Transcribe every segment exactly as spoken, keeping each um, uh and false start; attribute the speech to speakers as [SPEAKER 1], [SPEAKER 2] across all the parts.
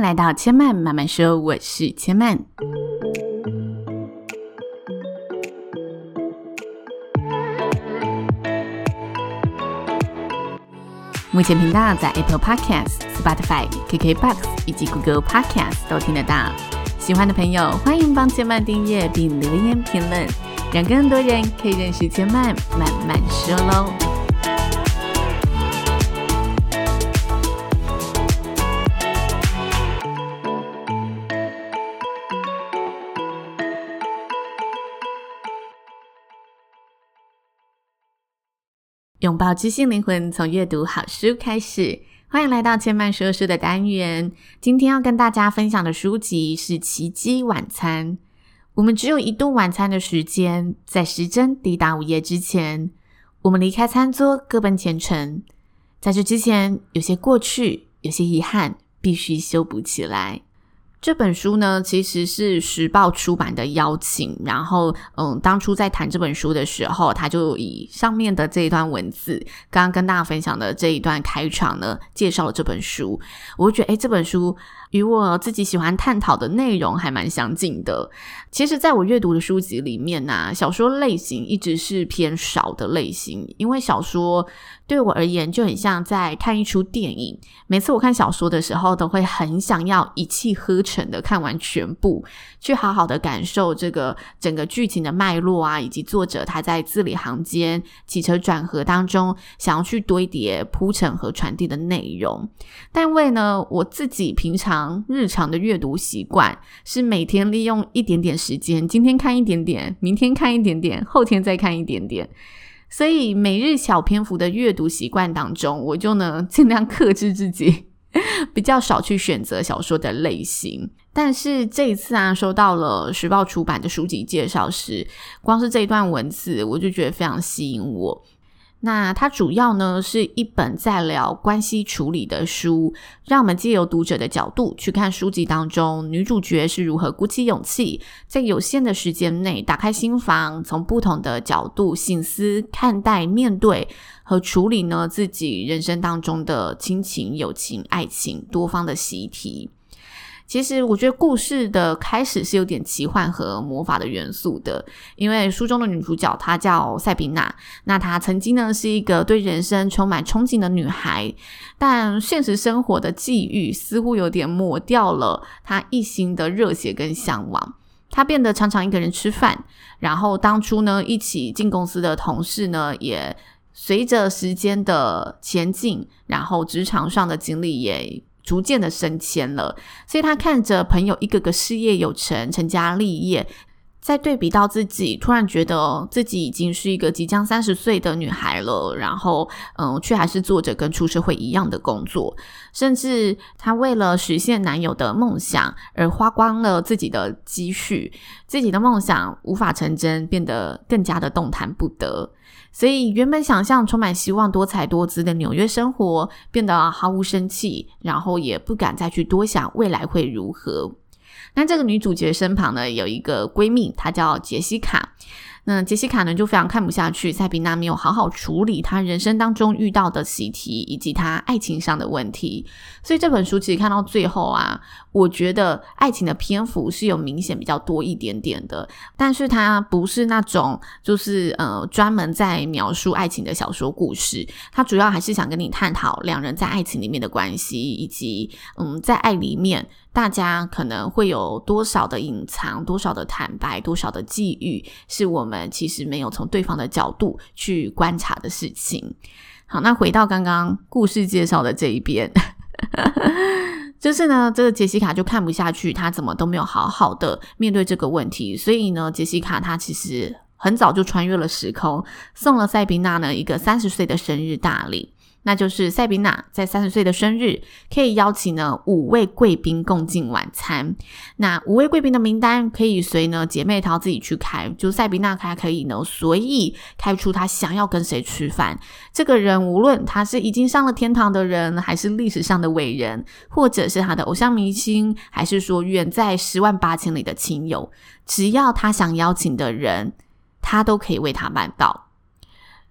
[SPEAKER 1] 迎来到千曼慢慢说，我是千曼。目前频道在 Apple Podcast、Spotify、K K B O X 以及 Google Podcast 都听得到。喜欢的朋友欢迎帮千曼订阅并留言评论，让更多人可以认识千曼慢慢说咯。拥抱知性灵魂，从阅读好书开始。欢迎来到千曼说书的单元。今天要跟大家分享的书籍是《奇迹晚餐》。我们只有一顿晚餐的时间，在时针抵达午夜之前，我们离开餐桌，各奔前程。在这之前，有些过去，有些遗憾，必须修补起来。这本书呢，其实是时报出版的邀请，然后嗯，当初在谈这本书的时候，他就以上面的这一段文字，刚刚跟大家分享的这一段开场呢，介绍了这本书。我就觉得诶，这本书与我自己喜欢探讨的内容还蛮相近的。其实在我阅读的书籍里面啊，小说类型一直是偏少的类型，因为小说对我而言就很像在看一出电影。每次我看小说的时候，都会很想要一气呵成的看完全部，去好好的感受这个整个剧情的脉络啊，以及作者他在字里行间起承转合当中想要去堆叠铺陈和传递的内容。但因为呢，我自己平常日常的阅读习惯是每天利用一点点时间，今天看一点点，明天看一点点，后天再看一点点，所以每日小篇幅的阅读习惯当中，我就呢尽量克制自己比较少去选择小说的类型。但是这一次啊，收到了时报出版的书籍介绍时，光是这一段文字我就觉得非常吸引我。那它主要呢是一本在聊关系处理的书，让我们藉由读者的角度去看书籍当中女主角是如何鼓起勇气，在有限的时间内打开心房，从不同的角度省思、看待、面对和处理呢自己人生当中的亲情、友情、爱情多方的习题。其实我觉得故事的开始是有点奇幻和魔法的元素的，因为书中的女主角她叫塞宾娜，那她曾经呢是一个对人生充满憧憬的女孩，但现实生活的际遇似乎有点抹掉了她一心的热血跟向往。她变得常常一个人吃饭，然后当初呢一起进公司的同事呢也随着时间的前进，然后职场上的经历也逐渐的升迁了，所以他看着朋友一个个事业有成，成家立业，再对比到自己，突然觉得自己已经是一个即将三十岁的女孩了，然后嗯，却还是做着跟出社会一样的工作，甚至她为了实现男友的梦想而花光了自己的积蓄，自己的梦想无法成真，变得更加的动弹不得。所以原本想象充满希望、多彩多姿的纽约生活变得毫无生气，然后也不敢再去多想未来会如何。那这个女主角身旁呢有一个闺蜜，她叫杰西卡。那杰西卡呢就非常看不下去塞宾娜没有好好处理她人生当中遇到的习题以及她爱情上的问题，所以这本书其实看到最后啊，我觉得爱情的篇幅是有明显比较多一点点的，但是它不是那种就是呃专门在描述爱情的小说故事，它主要还是想跟你探讨两人在爱情里面的关系，以及嗯在爱里面大家可能会有多少的隐藏，多少的坦白，多少的际遇是我们其实没有从对方的角度去观察的事情。好，那回到刚刚故事介绍的这一边就是呢这个杰西卡就看不下去，她怎么都没有好好的面对这个问题，所以呢杰西卡她其实很早就穿越了时空，送了塞宾娜呢一个三十岁的生日大礼，那就是塞宾娜在三十岁的生日可以邀请呢五位贵宾共进晚餐。那五位贵宾的名单可以随呢姐妹淘自己去开，就塞宾娜她可以呢随意开出她想要跟谁吃饭。这个人无论他是已经上了天堂的人，还是历史上的伟人，或者是他的偶像明星，还是说远在十万八千里的亲友，只要他想邀请的人，他都可以为他办到。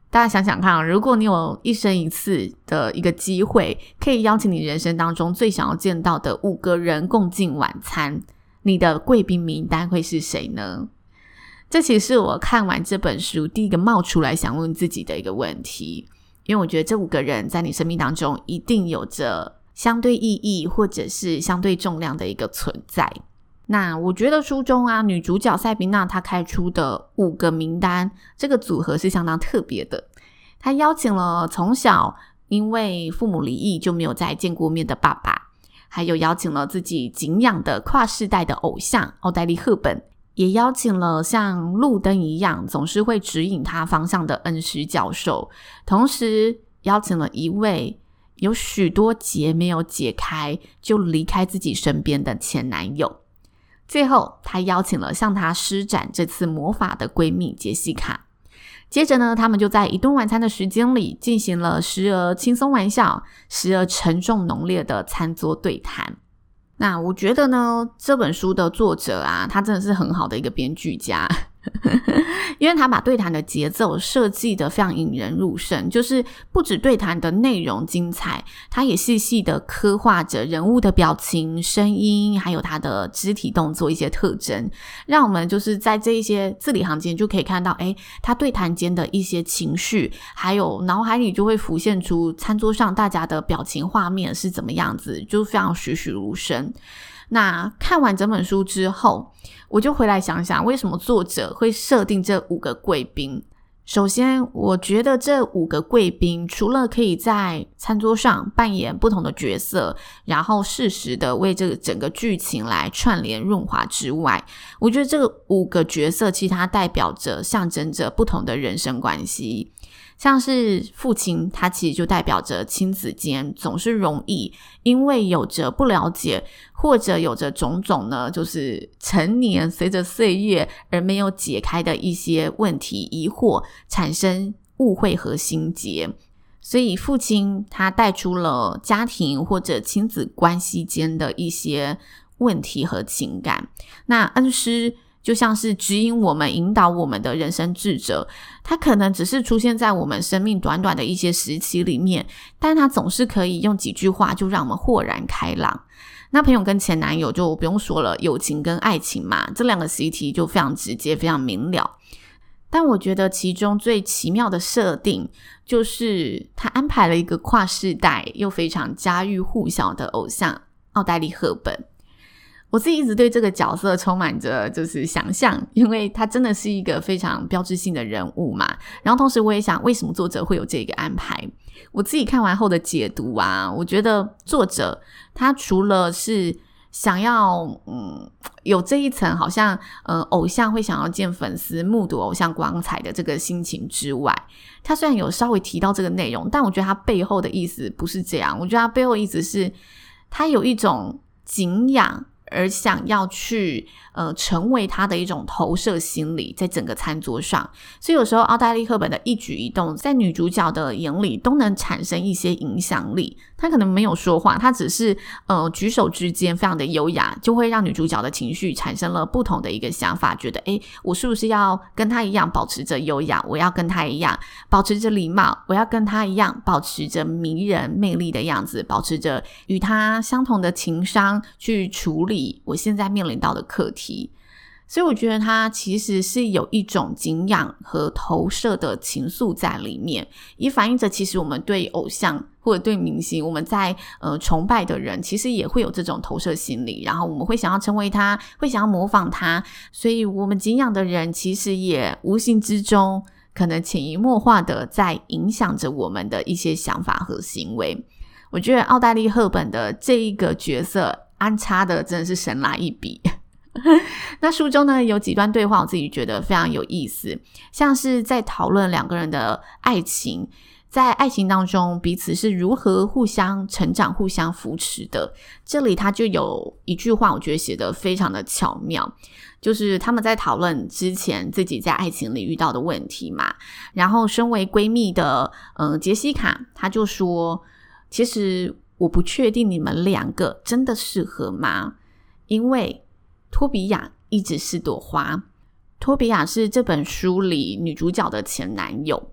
[SPEAKER 1] 大家想想看，如果你有一生一次的一个机会，可以邀请你人生当中最想要见到的五个人共进晚餐，你的贵宾名单会是谁呢？这其实是我看完这本书第一个冒出来想问自己的一个问题，因为我觉得这五个人在你生命当中一定有着相对意义或者是相对重量的一个存在。那我觉得书中啊，女主角赛宾娜她开出的五个名单，这个组合是相当特别的。她邀请了从小因为父母离异就没有再见过面的爸爸，还有邀请了自己敬仰的跨世代的偶像奥黛丽·赫本，也邀请了像路灯一样总是会指引她方向的恩师教授，同时邀请了一位有许多结没有解开就离开自己身边的前男友。最后她邀请了向她施展这次魔法的闺蜜杰西卡。接着呢，他们就在一顿晚餐的时间里进行了时而轻松玩笑，时而沉重浓烈的餐桌对谈。那我觉得呢，这本书的作者啊，他真的是很好的一个编剧家因为他把对谈的节奏设计得非常引人入胜，就是不止对谈的内容精彩，他也细细的刻画着人物的表情、声音，还有他的肢体动作一些特征，让我们就是在这一些字里行间就可以看到诶他对谈间的一些情绪，还有脑海里就会浮现出餐桌上大家的表情画面是怎么样子，就非常栩栩如生。那看完整本书之后，我就回来想想为什么作者会设定这五个贵宾。首先我觉得这五个贵宾除了可以在餐桌上扮演不同的角色，然后适时的为这个整个剧情来串联润滑之外，我觉得这五个角色其实它代表着象征着不同的人生关系。像是父亲，他其实就代表着亲子间总是容易因为有着不了解，或者有着种种呢就是成年随着岁月而没有解开的一些问题疑惑，产生误会和心结。所以父亲他带出了家庭或者亲子关系间的一些问题和情感。那恩师就像是指引我们引导我们的人生智者，他可能只是出现在我们生命短短的一些时期里面，但他总是可以用几句话就让我们豁然开朗。那朋友跟前男友就不用说了，友情跟爱情嘛，这两个习题就非常直接非常明了。但我觉得其中最奇妙的设定就是他安排了一个跨世代又非常家喻户晓的偶像奥黛丽·赫本。我自己一直对这个角色充满着就是想象，因为他真的是一个非常标志性的人物嘛。然后同时我也想为什么作者会有这个安排。我自己看完后的解读啊，我觉得作者他除了是想要嗯有这一层好像呃偶像会想要见粉丝目睹偶像光彩的这个心情之外，他虽然有稍微提到这个内容，但我觉得他背后的意思不是这样。我觉得他背后的意思是他有一种敬仰而想要去呃成为他的一种投射心理在整个餐桌上。所以有时候奥黛丽·赫本的一举一动在女主角的眼里都能产生一些影响力。她可能没有说话，她只是呃举手之间非常的优雅，就会让女主角的情绪产生了不同的一个想法，觉得诶我是不是要跟她一样保持着优雅，我要跟她一样保持着礼貌，我要跟她一样保持着迷人魅力的样子，保持着与她相同的情商去处理我现在面临到的课题。所以我觉得他其实是有一种敬仰和投射的情愫在里面，也反映着其实我们对偶像或者对明星，我们在呃崇拜的人其实也会有这种投射心理，然后我们会想要成为他，会想要模仿他，所以我们敬仰的人其实也无形之中可能潜移默化的在影响着我们的一些想法和行为。我觉得奥黛丽·赫本的这一个角色安插的真的是神来一笔那书中呢有几段对话我自己觉得非常有意思，像是在讨论两个人的爱情，在爱情当中彼此是如何互相成长互相扶持的。这里他就有一句话我觉得写得非常的巧妙，就是他们在讨论之前自己在爱情里遇到的问题嘛，然后身为闺蜜的呃杰西卡她就说，其实我不确定你们两个真的适合吗？因为托比亚一直是朵花。托比亚是这本书里女主角的前男友，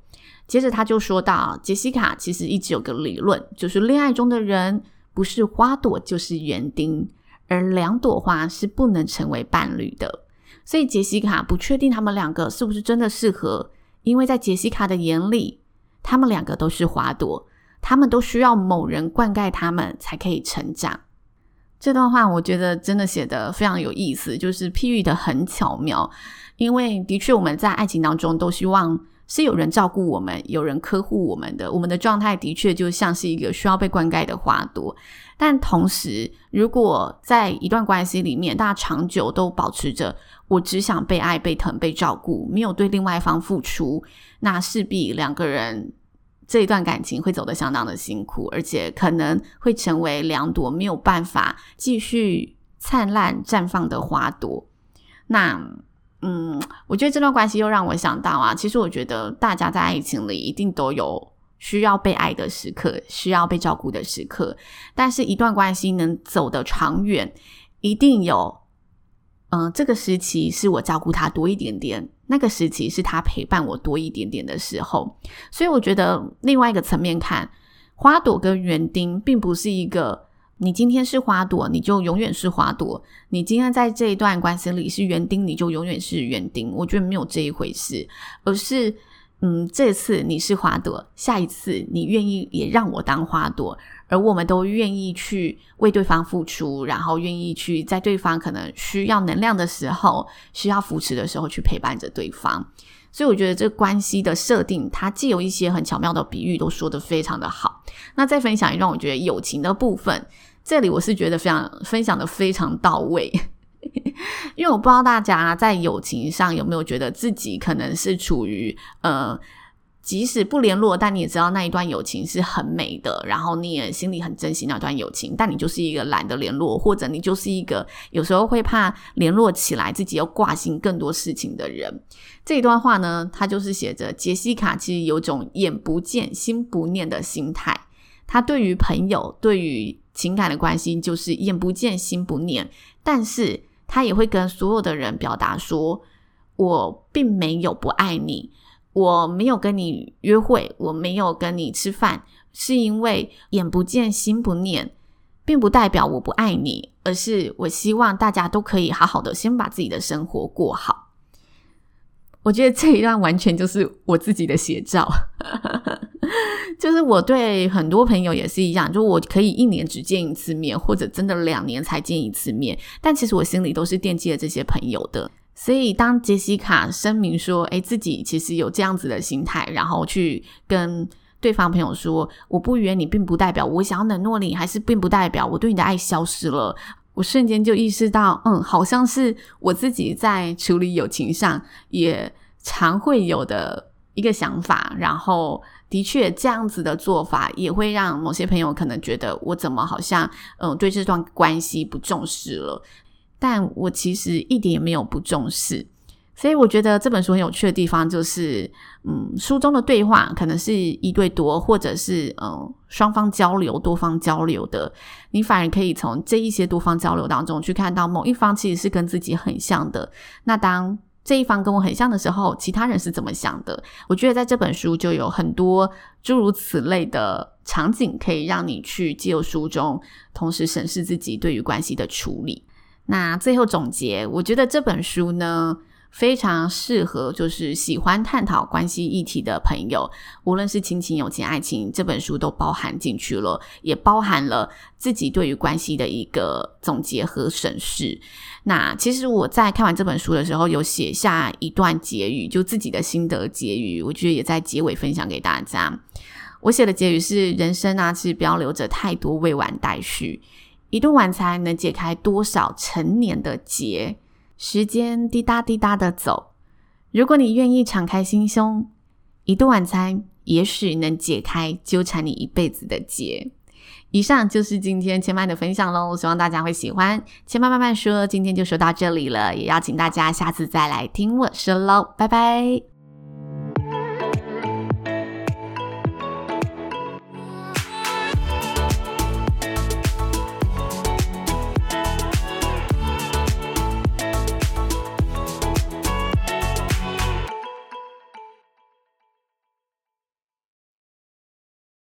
[SPEAKER 1] 接着他就说到，杰西卡其实一直有个理论，就是恋爱中的人不是花朵就是园丁，而两朵花是不能成为伴侣的。所以杰西卡不确定他们两个是不是真的适合，因为在杰西卡的眼里，他们两个都是花朵，他们都需要某人灌溉他们才可以成长。这段话我觉得真的写得非常有意思，就是譬喻得很巧妙。因为的确我们在爱情当中都希望是有人照顾我们，有人呵护我们的，我们的状态的确就像是一个需要被灌溉的花朵。但同时如果在一段关系里面大家长久都保持着我只想被爱被疼被照顾，没有对另外一方付出，那势必两个人这一段感情会走得相当的辛苦，而且可能会成为两朵没有办法继续灿烂绽放的花朵。那嗯，我觉得这段关系又让我想到啊，其实我觉得大家在爱情里一定都有需要被爱的时刻，需要被照顾的时刻，但是一段关系能走得长远，一定有嗯，这个时期是我照顾他多一点点，那个时期是他陪伴我多一点点的时候。所以我觉得另外一个层面看，花朵跟园丁并不是一个你今天是花朵你就永远是花朵，你今天在这一段关系里是园丁你就永远是园丁，我觉得没有这一回事，而是嗯，这次你是花朵，下一次你愿意也让我当花朵，而我们都愿意去为对方付出，然后愿意去在对方可能需要能量的时候，需要扶持的时候去陪伴着对方。所以我觉得这关系的设定它既有一些很巧妙的比喻都说得非常的好。那再分享一段我觉得友情的部分，这里我是觉得非常分享的非常到位因为我不知道大家在友情上有没有觉得自己可能是处于呃即使不联络，但你也知道那一段友情是很美的，然后你也心里很珍惜那段友情，但你就是一个懒得联络，或者你就是一个有时候会怕联络起来自己要挂心更多事情的人。这一段话呢，它就是写着杰西卡其实有种眼不见心不念的心态，他对于朋友对于情感的关系就是眼不见心不念，但是他也会跟所有的人表达说，我并没有不爱你，我没有跟你约会，我没有跟你吃饭，是因为眼不见心不念，并不代表我不爱你，而是我希望大家都可以好好的先把自己的生活过好。我觉得这一段完全就是我自己的写照就是我对很多朋友也是一样，就我可以一年只见一次面，或者真的两年才见一次面，但其实我心里都是惦记了这些朋友的。所以当杰西卡声明说诶自己其实有这样子的心态，然后去跟对方朋友说我不约你并不代表我想要冷落你，还是并不代表我对你的爱消失了，我瞬间就意识到嗯，好像是我自己在处理友情上也常会有的一个想法，然后的确这样子的做法也会让某些朋友可能觉得我怎么好像嗯对这段关系不重视了，但我其实一点也没有不重视。所以我觉得这本书很有趣的地方就是嗯，书中的对话可能是一对多，或者是嗯双方交流多方交流的，你反而可以从这一些多方交流当中去看到某一方其实是跟自己很像的，那当这一方跟我很像的时候，其他人是怎么想的，我觉得在这本书就有很多诸如此类的场景可以让你去借由书中同时审视自己对于关系的处理。那最后总结，我觉得这本书呢非常适合就是喜欢探讨关系议题的朋友，无论是亲情友情爱情，这本书都包含进去了，也包含了自己对于关系的一个总结和审视。那其实我在看完这本书的时候有写下一段结语，就自己的心得结语，我觉得也在结尾分享给大家。我写的结语是，人生啊其实不要留着太多未完待续，一顿晚餐能解开多少陈年的结，时间滴答滴答的走，如果你愿意敞开心胸，一顿晚餐也许能解开纠缠你一辈子的结。以上就是今天千曼的分享咯，希望大家会喜欢。千曼慢慢说今天就说到这里了，也邀请大家下次再来听我说咯，拜拜。